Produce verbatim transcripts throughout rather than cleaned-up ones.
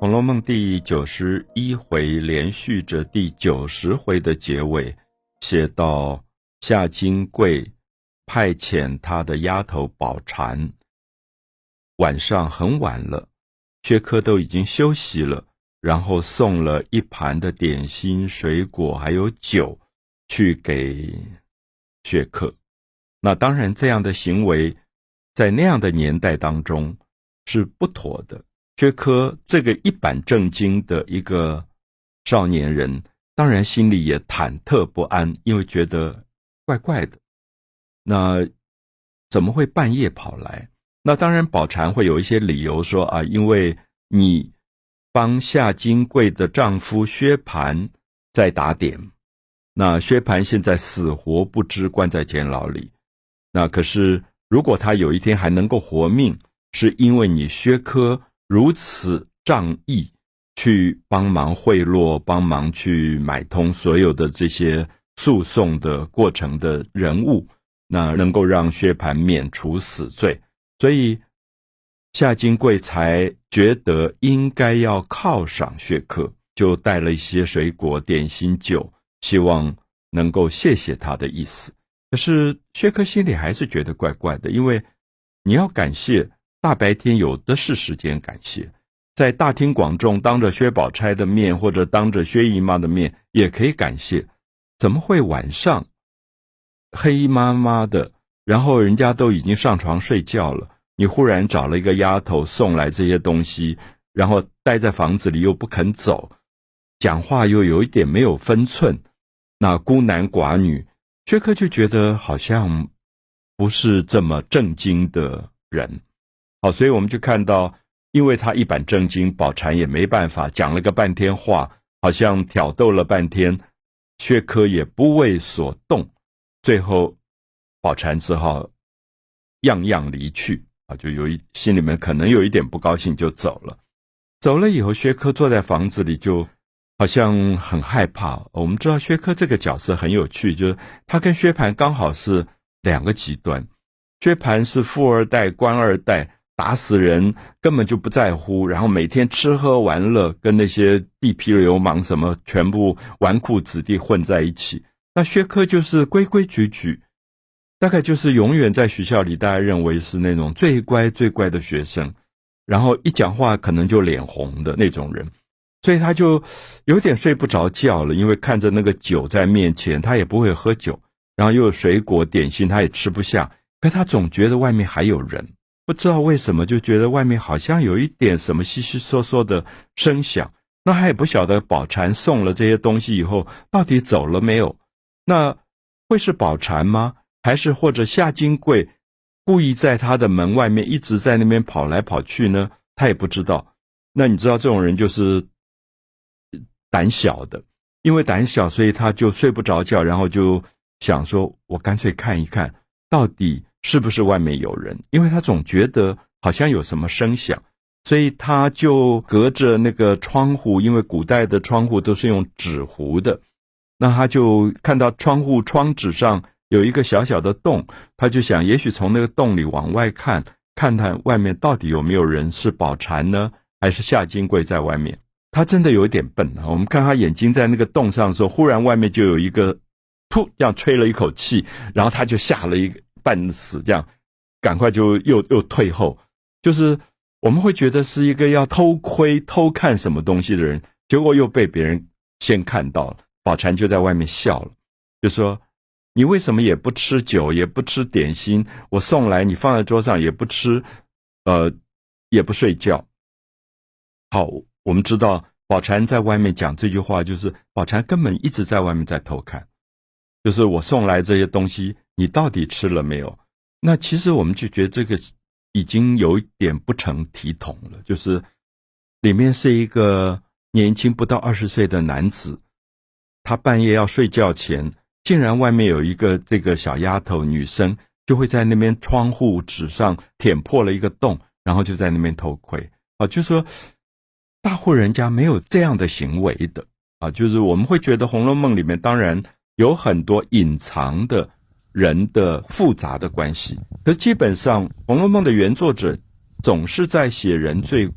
红楼梦》第九十一回连续着第九十回的结尾，写到夏金桂派遣他的丫头宝钗，晚上很晚了，薛科都已经休息了，然后送了一盘的点心、水果还有酒去给薛科。那当然这样的行为在那样的年代当中是不妥的。薛科这个一板正经的一个少年人，当然心里也忐忑不安，因为觉得怪怪的。那怎么会半夜跑来？那当然宝钗会有一些理由说啊，因为你帮夏金桂的丈夫薛蟠在打点，那薛蟠现在死活不知，关在监牢里。那可是如果他有一天还能够活命，是因为你薛科如此仗义，去帮忙贿赂，帮忙去买通所有的这些诉讼的过程的人物，那能够让薛蟠免除死罪，所以夏金桂才觉得应该要犒赏薛科，就带了一些水果、点心、酒，希望能够谢谢他的意思。可是薛科心里还是觉得怪怪的，因为你要感谢，大白天有的是时间感谢，在大庭广众当着薛宝钗的面或者当着薛姨妈的面也可以感谢，怎么会晚上黑麻麻的，然后人家都已经上床睡觉了，你忽然找了一个丫头送来这些东西，然后待在房子里又不肯走，讲话又有一点没有分寸，那孤男寡女，薛科就觉得好像不是这么正经的人。好，所以我们就看到，因为他一板正经，宝钗也没办法，讲了个半天话，好像挑逗了半天，薛科也不为所动，最后宝钗只好样样离去啊，就有一心里面可能有一点不高兴就走了。走了以后，薛科坐在房子里就好像很害怕。我们知道薛科这个角色很有趣，就是他跟薛蟠刚好是两个极端。薛蟠是富二代、官二代，打死人根本就不在乎，然后每天吃喝玩乐，跟那些地痞流氓什么全部纨绔子弟混在一起。那薛科就是规规矩矩，大概就是永远在学校里大家认为是那种最乖最乖的学生，然后一讲话可能就脸红的那种人，所以他就有点睡不着觉了，因为看着那个酒在面前，他也不会喝酒，然后又有水果点心他也吃不下，可他总觉得外面还有人，不知道为什么就觉得外面好像有一点什么稀稀嗦嗦的声响。那他也不晓得宝钗送了这些东西以后到底走了没有，那会是宝钗吗？还是或者夏金桂故意在他的门外面一直在那边跑来跑去呢？他也不知道。那你知道这种人就是胆小的，因为胆小所以他就睡不着觉，然后就想说我干脆看一看到底是不是外面有人，因为他总觉得好像有什么声响，所以他就隔着那个窗户，因为古代的窗户都是用纸糊的，那他就看到窗户窗纸上有一个小小的洞，他就想也许从那个洞里往外看，看看外面到底有没有人，是宝钗呢还是夏金桂在外面。他真的有一点笨啊！我们看他眼睛在那个洞上的时候，忽然外面就有一个噗这样吹了一口气，然后他就吓了一个半死，这样赶快就又又退后。就是我们会觉得是一个要偷窥偷看什么东西的人，结果又被别人先看到了。宝钗就在外面笑了，就说你为什么也不吃酒也不吃点心，我送来你放在桌上也不吃，呃也不睡觉。好，我们知道宝钗在外面讲这句话，就是宝钗根本一直在外面在偷看，就是我送来这些东西你到底吃了没有。那其实我们就觉得这个已经有一点不成体统了，就是里面是一个年轻不到二十岁的男子，他半夜要睡觉前竟然外面有一个这个小丫头女生就会在那边窗户纸上舔破了一个洞，然后就在那边偷窥啊，就说大户人家没有这样的行为的啊，就是我们会觉得《红楼梦》里面当然有很多隐藏的人的复杂的关系，可是基本上《红楼梦》的原作者总是在写人最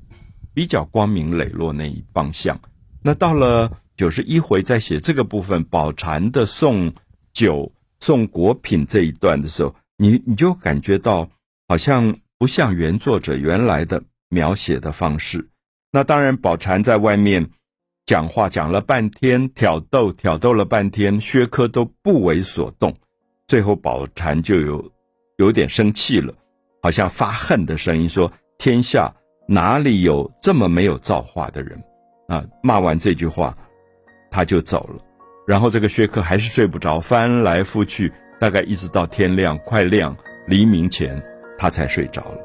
比较光明磊落那一方向。那到了九十一回在写这个部分，宝蟾的送酒送果品这一段的时候，你你就感觉到好像不像原作者原来的描写的方式。那当然宝蟾在外面讲话讲了半天，挑逗挑逗了半天，薛科都不为所动，最后宝蟾就有有点生气了，好像发恨的声音说，天下哪里有这么没有造化的人啊！骂完这句话他就走了。然后这个薛科还是睡不着，翻来覆去，大概一直到天亮快亮黎明前他才睡着了。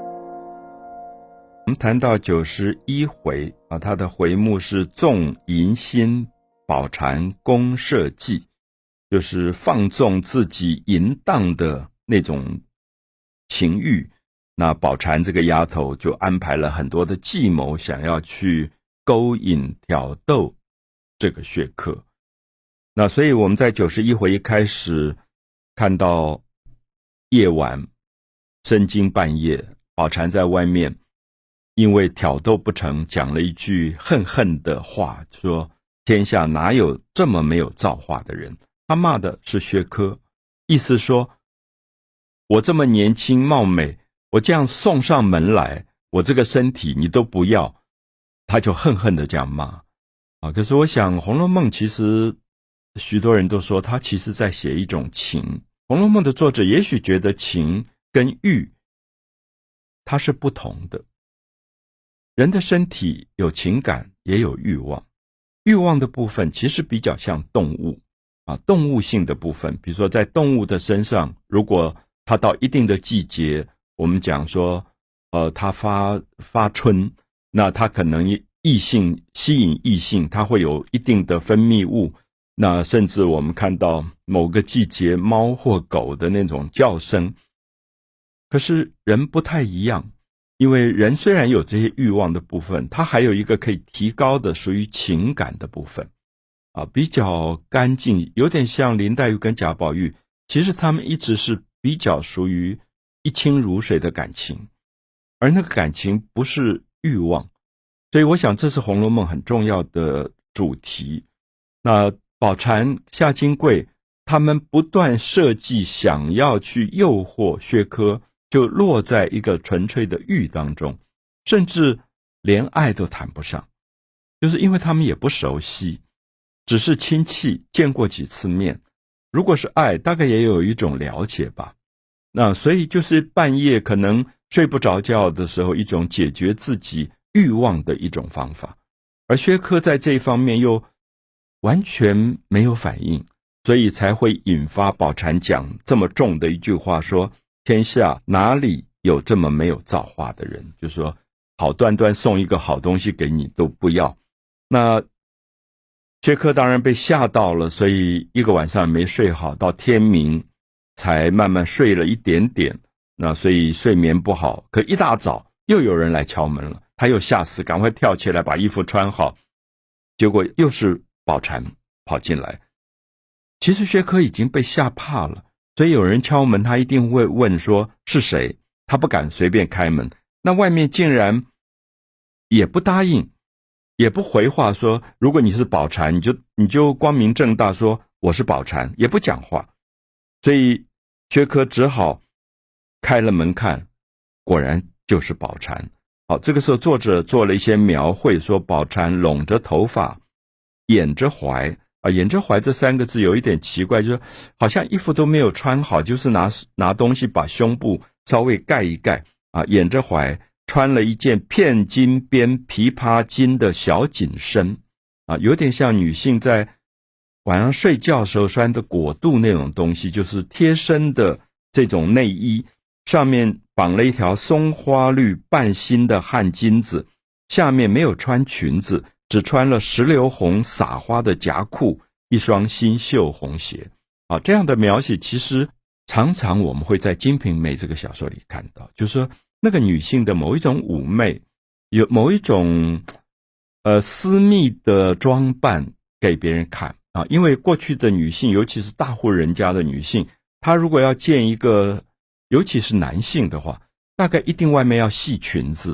我们谈到九十一回啊，他的回目是纵淫心宝蟾公社稷，就是放纵自己淫荡的那种情欲。那宝蟾这个丫头就安排了很多的计谋，想要去勾引挑逗这个薛科。那所以我们在九十一回一开始看到夜晚深更半夜，宝蟾在外面因为挑逗不成，讲了一句恨恨的话，说天下哪有这么没有造化的人。他骂的是薛科，意思说我这么年轻貌美，我这样送上门来，我这个身体你都不要，他就恨恨的这样骂啊。可是我想《红楼梦》其实许多人都说他其实在写一种情，《红楼梦》的作者也许觉得情跟欲它是不同的。人的身体有情感也有欲望，欲望的部分其实比较像动物啊，动物性的部分，比如说在动物的身上，如果它到一定的季节，我们讲说呃，它发发春，那它可能异性吸引异性，它会有一定的分泌物。那甚至我们看到某个季节猫或狗的那种叫声。可是人不太一样，因为人虽然有这些欲望的部分，它还有一个可以提高的属于情感的部分啊，比较干净，有点像林黛玉跟贾宝玉，其实他们一直是比较属于一清如水的感情，而那个感情不是欲望。所以我想这是《红楼梦》很重要的主题。那宝蟾夏金桂他们不断设计想要去诱惑薛科，就落在一个纯粹的欲当中，甚至连爱都谈不上，就是因为他们也不熟悉，只是亲戚见过几次面，如果是爱大概也有一种了解吧。那所以就是半夜可能睡不着觉的时候，一种解决自己欲望的一种方法，而薛科在这一方面又完全没有反应，所以才会引发宝蟾讲这么重的一句话，说天下哪里有这么没有造化的人，就是说好端端送一个好东西给你都不要。那薛科当然被吓到了，所以一个晚上没睡好，到天明才慢慢睡了一点点，那所以睡眠不好。可一大早又有人来敲门了，他又吓死，赶快跳起来把衣服穿好，结果又是宝蟾跑进来。其实薛科已经被吓怕了，所以有人敲门他一定会问说是谁，他不敢随便开门。那外面竟然也不答应，也不回话说如果你是宝蟾，你就你就光明正大说我是宝蟾，也不讲话。所以薛科只好开了门看，果然就是宝蟾。好，这个时候作者做了一些描绘，说宝蟾拢着头发，掩着怀啊，掩着怀这三个字有一点奇怪，就是好像衣服都没有穿好，就是拿拿东西把胸部稍微盖一盖啊，掩着怀，穿了一件片金边琵琶金的小紧身啊，有点像女性在晚上睡觉时候穿的裹肚那种东西，就是贴身的这种内衣，上面绑了一条松花绿半新的汗巾子，下面没有穿裙子，只穿了石榴红撒花的夹裤，一双新绣红鞋啊，这样的描写其实常常我们会在《金瓶梅》这个小说里看到，就是说那个女性的某一种妩媚，有某一种呃私密的装扮给别人看啊，因为过去的女性，尤其是大户人家的女性，她如果要见一个尤其是男性的话，大概一定外面要系裙子的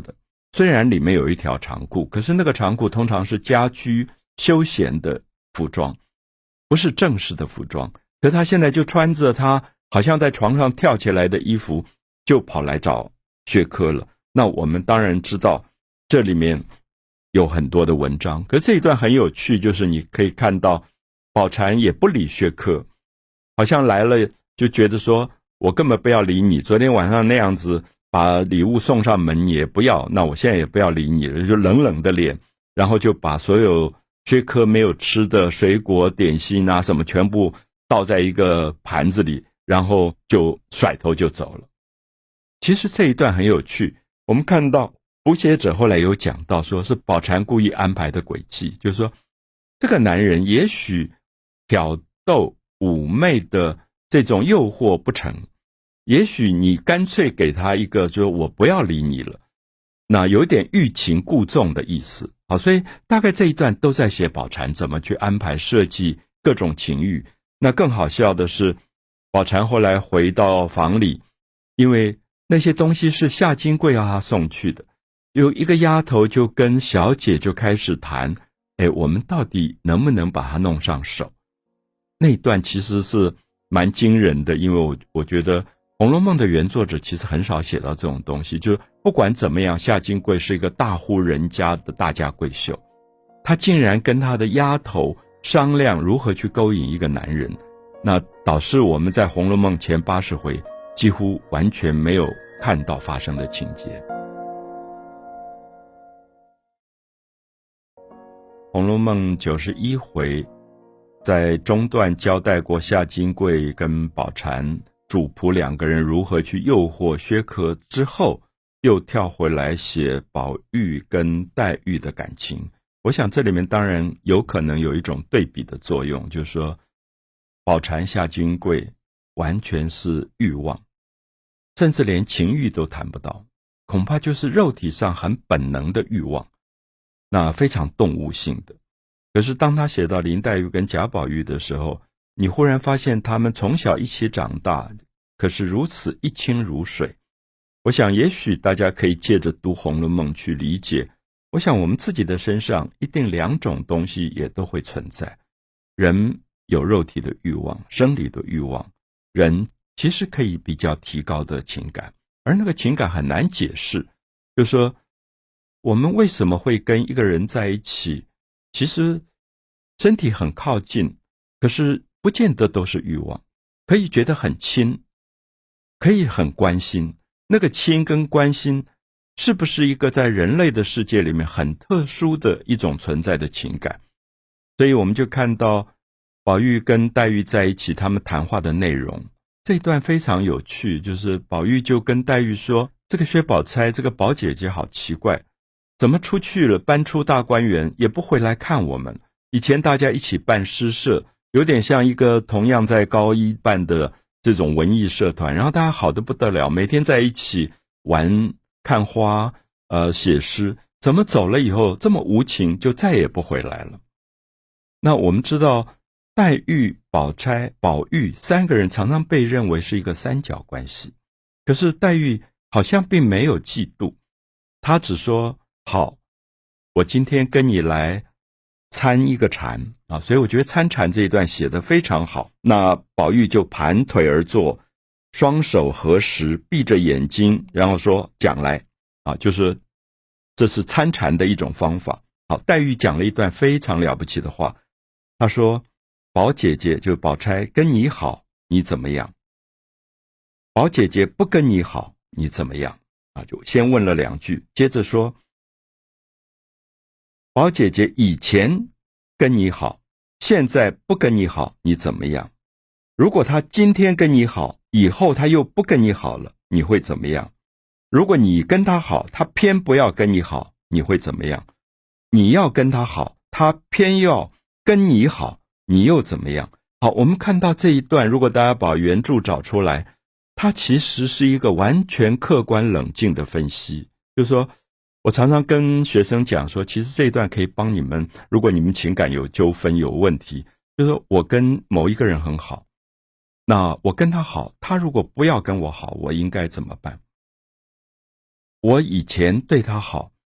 虽然里面有一条长裤，可是那个长裤通常是家居休闲的服装，不是正式的服装。可是他现在就穿着他好像在床上跳起来的衣服，就跑来找薛科了。那我们当然知道这里面有很多的文章，可是这一段很有趣，就是你可以看到宝蟾也不理薛科，好像来了就觉得说我根本不要理你，昨天晚上那样子把礼物送上门也不要，那我现在也不要理你了，就冷冷的脸，然后就把所有薛科没有吃的水果点心啊什么全部倒在一个盘子里，然后就甩头就走了。其实这一段很有趣，我们看到谱写者后来有讲到说是宝蟾故意安排的诡计，就是说这个男人也许挑逗妩媚的这种诱惑不成，也许你干脆给他一个就是我不要理你了，那有点欲擒故纵的意思。好，所以大概这一段都在写宝蟾怎么去安排设计各种情欲。那更好笑的是，宝蟾后来回到房里，因为那些东西是夏金桂要他送去的，有一个丫头就跟小姐就开始谈，哎，我们到底能不能把它弄上手？那一段其实是蛮惊人的，因为我我觉得《红楼梦》的原作者其实很少写到这种东西，就是不管怎么样，夏金桂是一个大户人家的大家闺秀，她竟然跟她的丫头商量如何去勾引一个男人，那导致我们在《红楼梦》前八十回几乎完全没有看到发生的情节。《红楼梦》九十一回在中段交代过夏金桂跟宝蟾主仆两个人如何去诱惑薛科之后，又跳回来写宝玉跟黛玉的感情。我想这里面当然有可能有一种对比的作用，就是说宝蟾夏金桂完全是欲望，甚至连情欲都谈不到，恐怕就是肉体上很本能的欲望，那非常动物性的。可是当他写到林黛玉跟贾宝玉的时候，你忽然发现他们从小一起长大，可是如此一清如水。我想也许大家可以借着读《红楼梦》去理解，我想我们自己的身上一定两种东西也都会存在。人有肉体的欲望，生理的欲望，人其实可以比较提高的情感，而那个情感很难解释，就是说我们为什么会跟一个人在一起，其实身体很靠近，可是不见得都是欲望，可以觉得很亲，可以很关心。那个亲跟关心是不是一个在人类的世界里面很特殊的一种存在的情感？所以我们就看到宝玉跟黛玉在一起，他们谈话的内容，这一段非常有趣，就是宝玉就跟黛玉说，这个薛宝钗这个宝姐姐好奇怪，怎么出去了，搬出大观园也不回来看我们。以前大家一起办诗社，有点像一个同样在高一办的这种文艺社团，然后大家好得不得了，每天在一起玩看花呃，写诗，怎么走了以后这么无情，就再也不回来了。那我们知道黛玉、宝钗、宝玉三个人常常被认为是一个三角关系，可是黛玉好像并没有嫉妒，她只说好，我今天跟你来参一个禅啊，所以我觉得参禅这一段写得非常好。那宝玉就盘腿而坐，双手合十，闭着眼睛，然后说讲来啊，就是这是参禅的一种方法。好，黛玉讲了一段非常了不起的话，她说宝姐姐就是宝钗跟你好，你怎么样？宝姐姐不跟你好，你怎么样？啊，就先问了两句，接着说宝姐姐以前跟你好，现在不跟你好，你怎么样？如果她今天跟你好，以后她又不跟你好了，你会怎么样？如果你跟她好，她偏不要跟你好，你会怎么样？你要跟她好，她偏要跟你好，你又怎么样？好，我们看到这一段，如果大家把原著找出来，它其实是一个完全客观冷静的分析。就是说我常常跟学生讲说，其实这一段可以帮你们，如果你们情感有纠纷有问题，就是说我跟某一个人很好，那我跟他好，他如果不要跟我好，我应该怎么办？我以前对他好，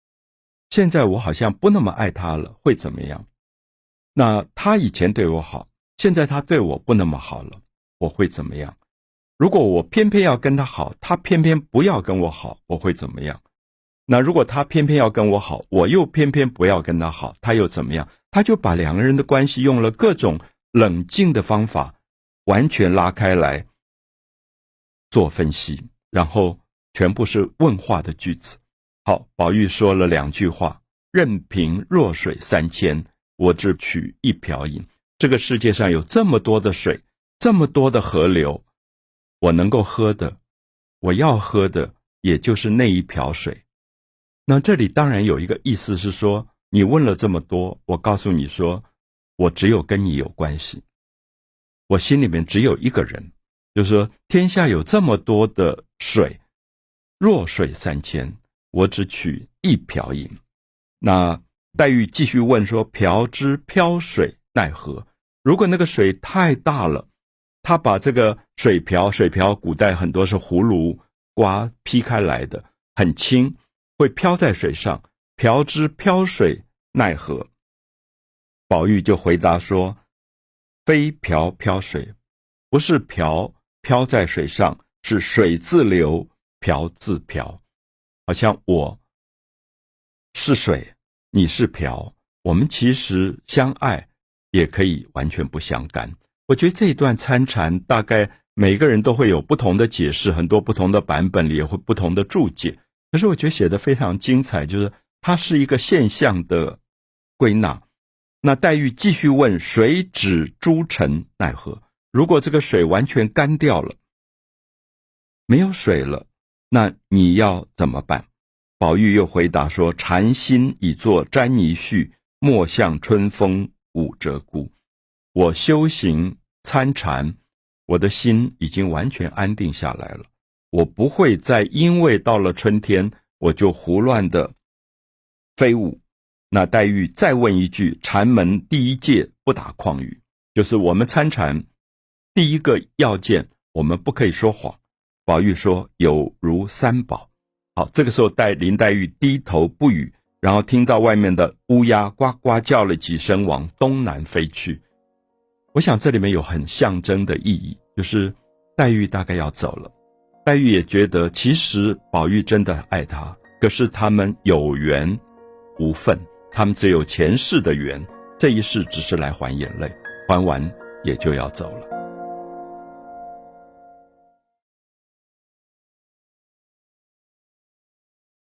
现在我好像不那么爱他了，会怎么样？那他以前对我好，现在他对我不那么好了，我会怎么样？如果我偏偏要跟他好，他偏偏不要跟我好，我会怎么样？那如果他偏偏要跟我好，我又偏偏不要跟他好，他又怎么样？他就把两个人的关系用了各种冷静的方法，完全拉开来做分析，然后全部是问话的句子。好，宝玉说了两句话，任凭弱水三千，我只取一瓢饮。这个世界上有这么多的水，这么多的河流，我能够喝的，我要喝的也就是那一瓢水。那这里当然有一个意思是说，你问了这么多，我告诉你说，我只有跟你有关系，我心里面只有一个人，就是说天下有这么多的水，弱水三千，我只取一瓢饮。那黛玉继续问说，瓢之漂水奈何？如果那个水太大了，他把这个水瓢，水瓢古代很多是葫芦刮劈开来的，很轻，会飘在水上，瓢之漂水奈何？宝玉就回答说，非瓢漂水，不是瓢飘在水上，是水自流，瓢自漂。好像我是水，你是瓢，我们其实相爱，也可以完全不相干。我觉得这一段参禅大概每个人都会有不同的解释，很多不同的版本里也会不同的注解，可是我觉得写得非常精彩，就是它是一个现象的归纳。那黛玉继续问，水止诸尘奈何？如果这个水完全干掉了，没有水了，那你要怎么办？宝玉又回答说，禅心已作沾衣絮，莫向春风舞鹧鸪。我修行参禅，我的心已经完全安定下来了，我不会再因为到了春天我就胡乱的飞舞。那黛玉再问一句，禅门第一戒不打诳语，就是我们参禅第一个要件，我们不可以说谎。宝玉说，有如三宝。好，这个时候黛林黛玉低头不语，然后听到外面的乌鸦呱呱叫了几声，往东南飞去。我想这里面有很象征的意义，就是黛玉大概要走了，黛玉也觉得其实宝玉真的爱她，可是他们有缘无分，他们只有前世的缘，这一世只是来还眼泪，还完也就要走了。